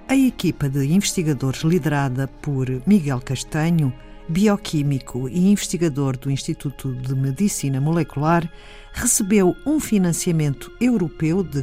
A equipa de investigadores liderada por Miguel Castanho, bioquímico e investigador do Instituto de Medicina Molecular, recebeu um financiamento europeu de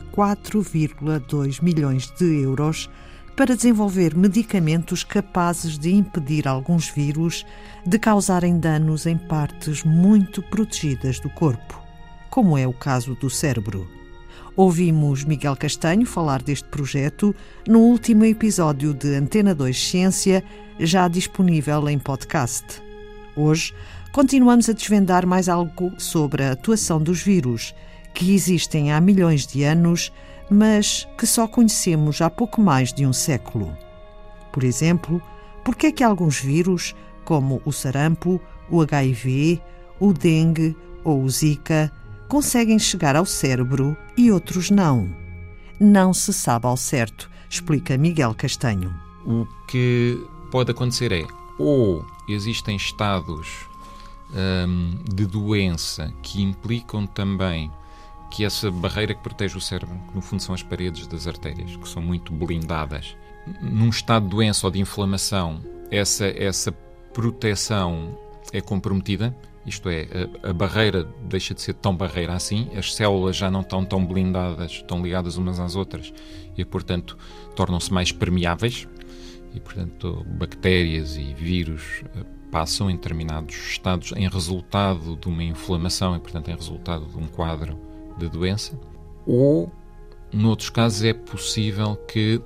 4,2 milhões de euros para desenvolver medicamentos capazes de impedir alguns vírus de causarem danos em partes muito protegidas do corpo, como é o caso do cérebro. Ouvimos Miguel Castanho falar deste projeto no último episódio de Antena 2 Ciência, já disponível em podcast. Hoje, continuamos a desvendar mais algo sobre a atuação dos vírus, que existem há milhões de anos, mas que só conhecemos há pouco mais de um século. Por exemplo, por que é que alguns vírus, como o sarampo, o HIV, o dengue ou o Zika, conseguem chegar ao cérebro e outros não? Não se sabe ao certo, explica Miguel Castanho. O que pode acontecer é, ou existem estados de doença que implicam também que essa barreira que protege o cérebro, que no fundo são as paredes das artérias, que são muito blindadas, num estado de doença ou de inflamação, essa proteção é comprometida. Isto é, a barreira deixa de ser tão barreira assim, as células já não estão tão blindadas, estão ligadas umas às outras e, portanto, tornam-se mais permeáveis e, portanto, bactérias e vírus passam em determinados estados em resultado de uma inflamação e, portanto, em resultado de um quadro de doença. Ou, noutros casos, é possível que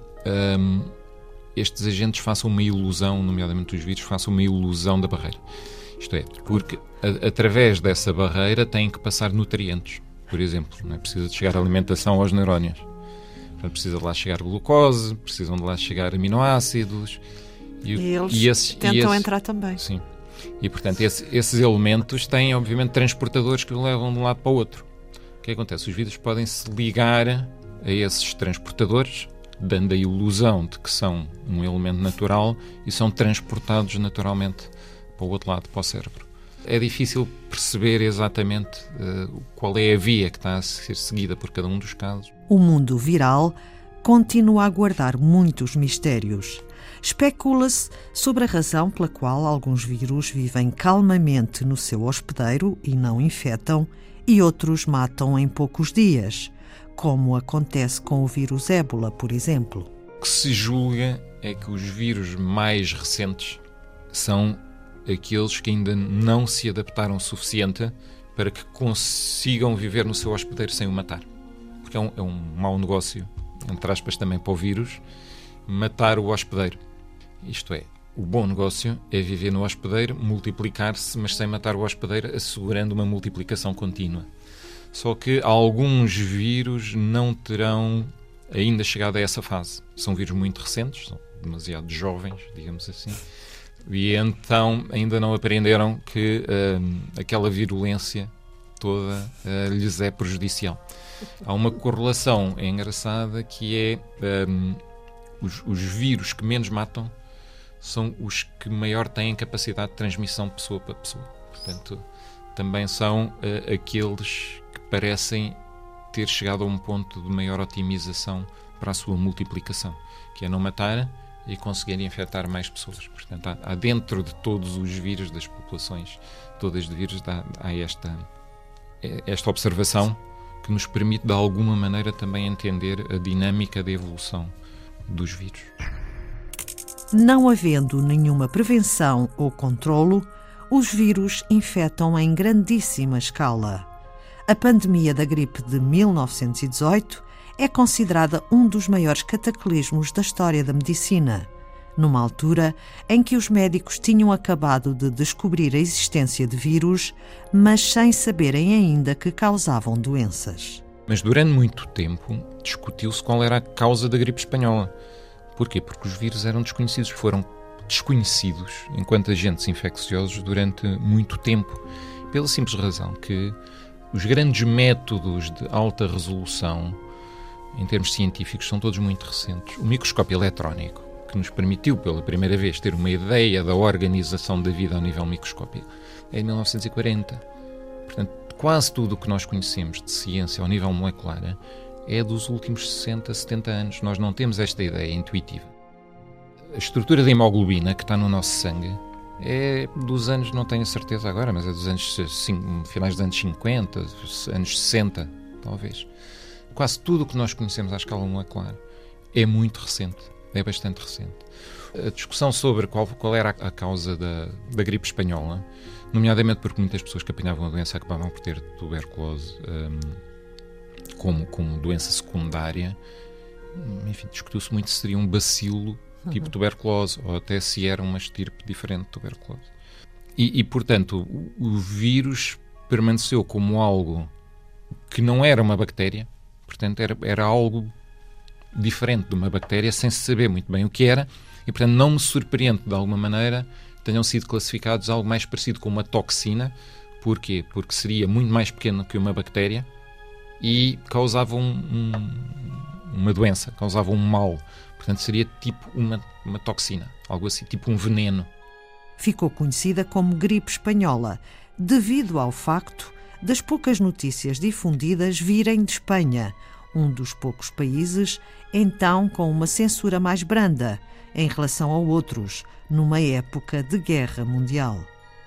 estes agentes façam uma ilusão, nomeadamente os vírus, façam uma ilusão da barreira. Isto é, porque através dessa barreira têm que passar nutrientes, por exemplo. Não é? Precisa de chegar a alimentação aos neurónios. Portanto, precisa de lá chegar glucose, precisam de lá chegar aminoácidos. E eles tentam entrar também. Sim. E, portanto, esses elementos têm, obviamente, transportadores que o levam de um lado para o outro. O que acontece? Os vírus podem se ligar a esses transportadores, dando a ilusão de que são um elemento natural e são transportados naturalmente para o outro lado, para o cérebro. É difícil perceber exatamente qual é a via que está a ser seguida por cada um dos casos. O mundo viral continua a guardar muitos mistérios. Especula-se sobre a razão pela qual alguns vírus vivem calmamente no seu hospedeiro e não infectam, e outros matam em poucos dias, como acontece com o vírus ébola, por exemplo. O que se julga é que os vírus mais recentes são aqueles que ainda não se adaptaram o suficiente para que consigam viver no seu hospedeiro sem o matar. Porque é um mau negócio, entre aspas, também para o vírus, matar o hospedeiro. Isto é, o bom negócio é viver no hospedeiro, multiplicar-se, mas sem matar o hospedeiro, assegurando uma multiplicação contínua. Só que alguns vírus não terão ainda chegado a essa fase. São vírus muito recentes, são demasiado jovens, digamos assim, e então ainda não aprenderam que aquela virulência toda lhes é prejudicial. Há uma correlação engraçada que é os vírus que menos matam são os que maior têm capacidade de transmissão de pessoa para pessoa. Portanto, também são aqueles que parecem ter chegado a um ponto de maior otimização para a sua multiplicação, que é não matar e conseguirem infectar mais pessoas. Portanto, há dentro de todos os vírus, das populações todas de vírus, há esta observação que nos permite, de alguma maneira, também entender a dinâmica da evolução dos vírus. Não havendo nenhuma prevenção ou controlo, os vírus infectam em grandíssima escala. A pandemia da gripe de 1918 é considerada um dos maiores cataclismos da história da medicina, numa altura em que os médicos tinham acabado de descobrir a existência de vírus, mas sem saberem ainda que causavam doenças. Mas durante muito tempo discutiu-se qual era a causa da gripe espanhola. Porquê? Porque os vírus eram desconhecidos, foram desconhecidos enquanto agentes infecciosos durante muito tempo, pela simples razão que os grandes métodos de alta resolução, em termos científicos, são todos muito recentes. O microscópio eletrónico, que nos permitiu pela primeira vez ter uma ideia da organização da vida ao nível microscópico, é em 1940. Portanto, quase tudo o que nós conhecemos de ciência ao nível molecular é dos últimos 60, 70 anos. Nós não temos esta ideia intuitiva. A estrutura da hemoglobina que está no nosso sangue é dos anos, não tenho certeza agora, mas é dos anos finais dos anos 50, anos 60, talvez. Quase tudo o que nós conhecemos à escala molecular é muito recente, é bastante recente. A discussão sobre qual era a causa da gripe espanhola, nomeadamente porque muitas pessoas que apanhavam a doença acabavam por ter tuberculose como doença secundária, enfim, discutiu-se muito se seria um bacilo tipo tuberculose, ou até se era uma estirpe diferente de tuberculose. E portanto, o vírus permaneceu como algo que não era uma bactéria, portanto, era algo diferente de uma bactéria, sem se saber muito bem o que era, e portanto não me surpreende de alguma maneira tenham sido classificados algo mais parecido com uma toxina. Porquê? Porque seria muito mais pequeno que uma bactéria e causava uma doença, causava um mal. Portanto, seria tipo uma toxina, algo assim, tipo um veneno. Ficou conhecida como gripe espanhola, devido ao facto das poucas notícias difundidas virem de Espanha, um dos poucos países, então com uma censura mais branda em relação a outros, numa época de guerra mundial.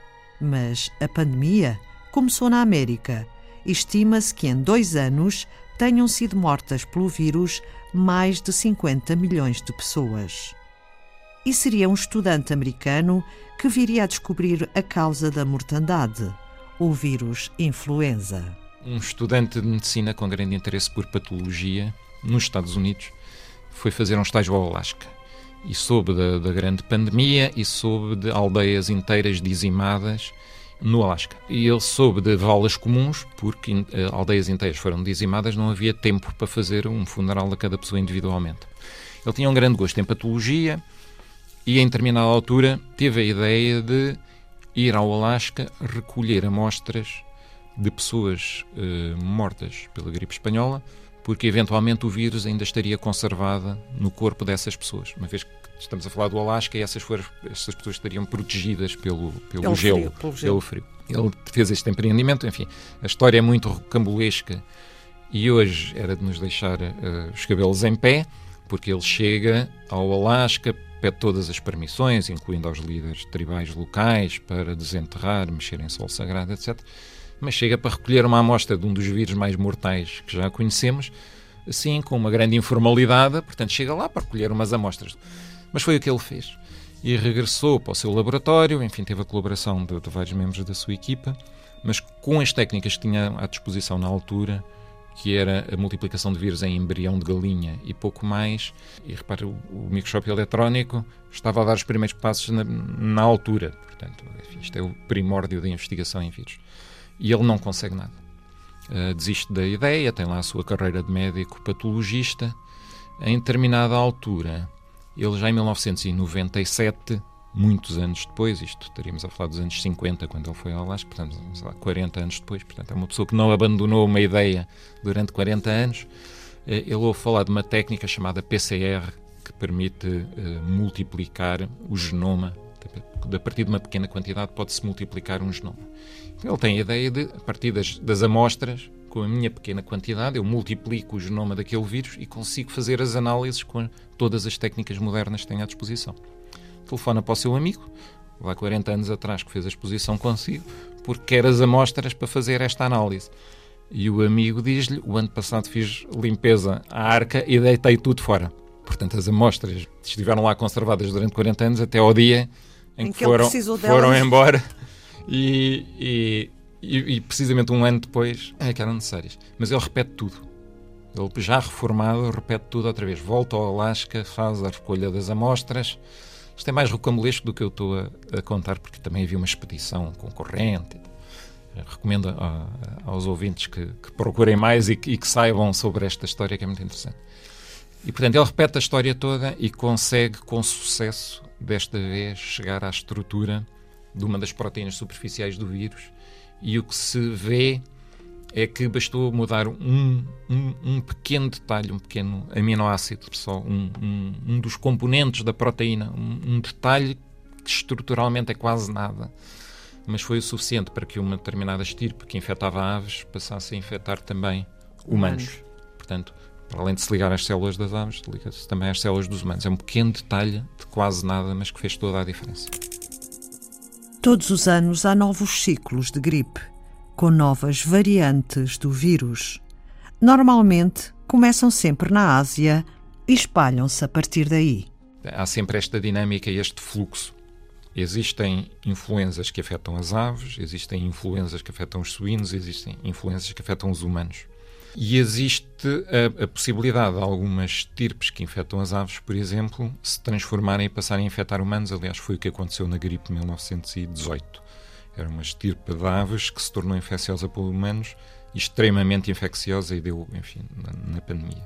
Mas a pandemia começou na América. Estima-se que em 2 anos tenham sido mortas pelo vírus mais de 50 milhões de pessoas. E seria um estudante americano que viria a descobrir a causa da mortandade, o vírus influenza. Um estudante de medicina com grande interesse por patologia, nos Estados Unidos, foi fazer um estágio ao Alasca. E soube da grande pandemia e soube de aldeias inteiras dizimadas no Alasca. E ele soube de valas comuns, porque aldeias inteiras foram dizimadas, não havia tempo para fazer um funeral a cada pessoa individualmente. Ele tinha um grande gosto em patologia e, em determinada altura, teve a ideia de ir ao Alasca recolher amostras de pessoas mortas pela gripe espanhola, porque eventualmente o vírus ainda estaria conservado no corpo dessas pessoas, uma vez que estamos a falar do Alasca e essas pessoas estariam protegidas pelo gelo, pelo frio. Ele fez este empreendimento, enfim, a história é muito rocambolesca e hoje era de nos deixar os cabelos em pé, porque ele chega ao Alasca, pede todas as permissões, incluindo aos líderes tribais locais, para desenterrar, mexer em sol sagrado, etc., mas chega para recolher uma amostra de um dos vírus mais mortais que já conhecemos, assim, com uma grande informalidade, portanto chega lá para recolher umas amostras. Mas foi o que ele fez. E regressou para o seu laboratório, enfim, teve a colaboração de vários membros da sua equipa, mas com as técnicas que tinha à disposição na altura, que era a multiplicação de vírus em embrião de galinha e pouco mais, e repare, o microscópio eletrónico estava a dar os primeiros passos na altura, portanto, enfim, isto é o primórdio da investigação em vírus. E ele não consegue nada. Desiste da ideia, tem lá a sua carreira de médico patologista. Em determinada altura, ele já em 1997, muitos anos depois, isto estaríamos a falar dos anos 50, quando ele foi ao Alasca, portanto, sei lá, 40 anos depois, portanto, é uma pessoa que não abandonou uma ideia durante 40 anos. Ele ouve falar de uma técnica chamada PCR, que permite multiplicar o genoma. A partir de uma pequena quantidade pode-se multiplicar um genoma. Ele tem a ideia de, a partir das amostras, com a minha pequena quantidade, eu multiplico o genoma daquele vírus e consigo fazer as análises com todas as técnicas modernas que tenho à disposição. Telefona para o seu amigo, lá 40 anos atrás que fez a exposição consigo, porque quer as amostras para fazer esta análise. E o amigo diz-lhe, o ano passado fiz limpeza à arca e deitei tudo fora. Portanto, as amostras estiveram lá conservadas durante 40 anos até ao dia em que foram embora e precisamente um ano depois é que eram necessárias. Mas ele repete tudo. Ele, já reformado, repete tudo outra vez. Volta ao Alasca, faz a recolha das amostras. Isto é mais rocambolesco do que eu estou a contar, porque também havia uma expedição concorrente. Recomendo aos ouvintes que procurem mais e que saibam sobre esta história, que é muito interessante. E, portanto, ele repete a história toda e consegue, com sucesso, desta vez, chegar à estrutura de uma das proteínas superficiais do vírus. E o que se vê é que bastou mudar um pequeno detalhe, um pequeno aminoácido, só um dos componentes da proteína, um detalhe que estruturalmente é quase nada, mas foi o suficiente para que uma determinada estirpe que infectava aves passasse a infectar também humanos. Portanto, Para além de se ligar às células das aves, liga-se também às células dos humanos. É um pequeno detalhe de quase nada, mas que fez toda a diferença. Todos os anos há novos ciclos de gripe, com novas variantes do vírus. Normalmente começam sempre na Ásia e espalham-se a partir daí. Há sempre esta dinâmica e este fluxo. Existem influenzas que afetam as aves, existem influenzas que afetam os suínos, existem influenzas que afetam os humanos. E existe a possibilidade de algumas estirpes que infectam as aves, por exemplo, se transformarem e passarem a infectar humanos. Aliás, foi o que aconteceu na gripe de 1918. Era uma estirpe de aves que se tornou infecciosa por humanos, extremamente infecciosa, e deu, enfim, na pandemia.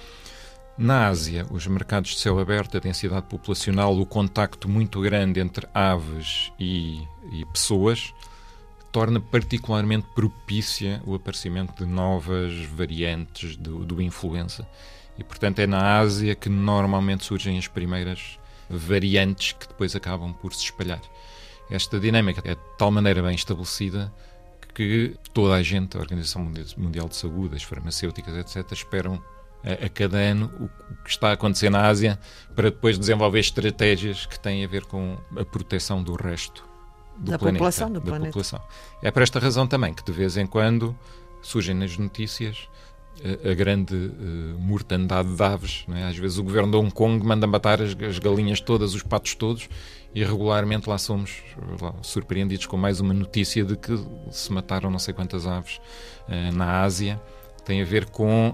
Na Ásia, os mercados de céu aberto, a densidade populacional, o contacto muito grande entre aves e pessoas, torna particularmente propícia o aparecimento de novas variantes do influenza. E, portanto, é na Ásia que normalmente surgem as primeiras variantes que depois acabam por se espalhar. Esta dinâmica é de tal maneira bem estabelecida que toda a gente, a Organização Mundial de Saúde, as farmacêuticas, etc., esperam a cada ano o que está a acontecer na Ásia para depois desenvolver estratégias que têm a ver com a proteção do resto da população. População. É por esta razão também que de vez em quando surgem nas notícias a grande mortandade de aves. Não é? Às vezes o governo de Hong Kong manda matar as galinhas todas, os patos todos, e regularmente lá somos surpreendidos com mais uma notícia de que se mataram não sei quantas aves na Ásia. Tem a ver com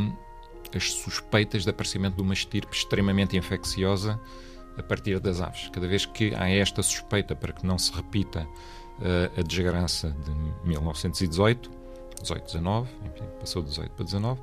as suspeitas de aparecimento de uma estirpe extremamente infecciosa a partir das aves. Cada vez que há esta suspeita para que não se repita a desgraça de 1918, 18-19, enfim, passou de 18 para 19,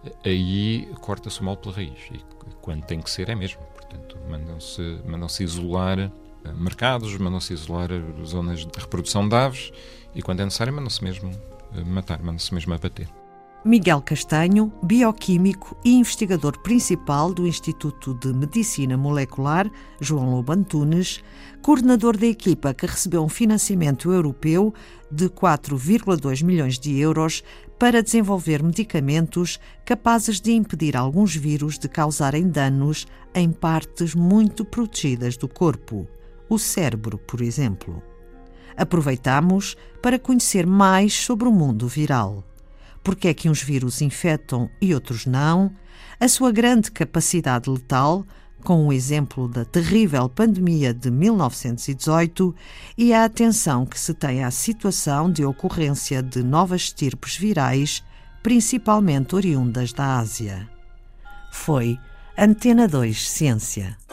aí corta-se o mal pela raiz. E quando tem que ser é mesmo. Portanto, mandam-se isolar mercados, mandam-se isolar zonas de reprodução de aves e, quando é necessário, mandam-se mesmo matar, mandam-se mesmo abater. Miguel Castanho, bioquímico e investigador principal do Instituto de Medicina Molecular João Lobo Antunes, coordenador da equipa que recebeu um financiamento europeu de 4,2 milhões de euros para desenvolver medicamentos capazes de impedir alguns vírus de causarem danos em partes muito protegidas do corpo, o cérebro, por exemplo. Aproveitamos para conhecer mais sobre o mundo viral. Porque é que uns vírus infectam e outros não, a sua grande capacidade letal, com o exemplo da terrível pandemia de 1918, e a atenção que se tem à situação de ocorrência de novas estirpes virais, principalmente oriundas da Ásia. Foi Antena 2 Ciência.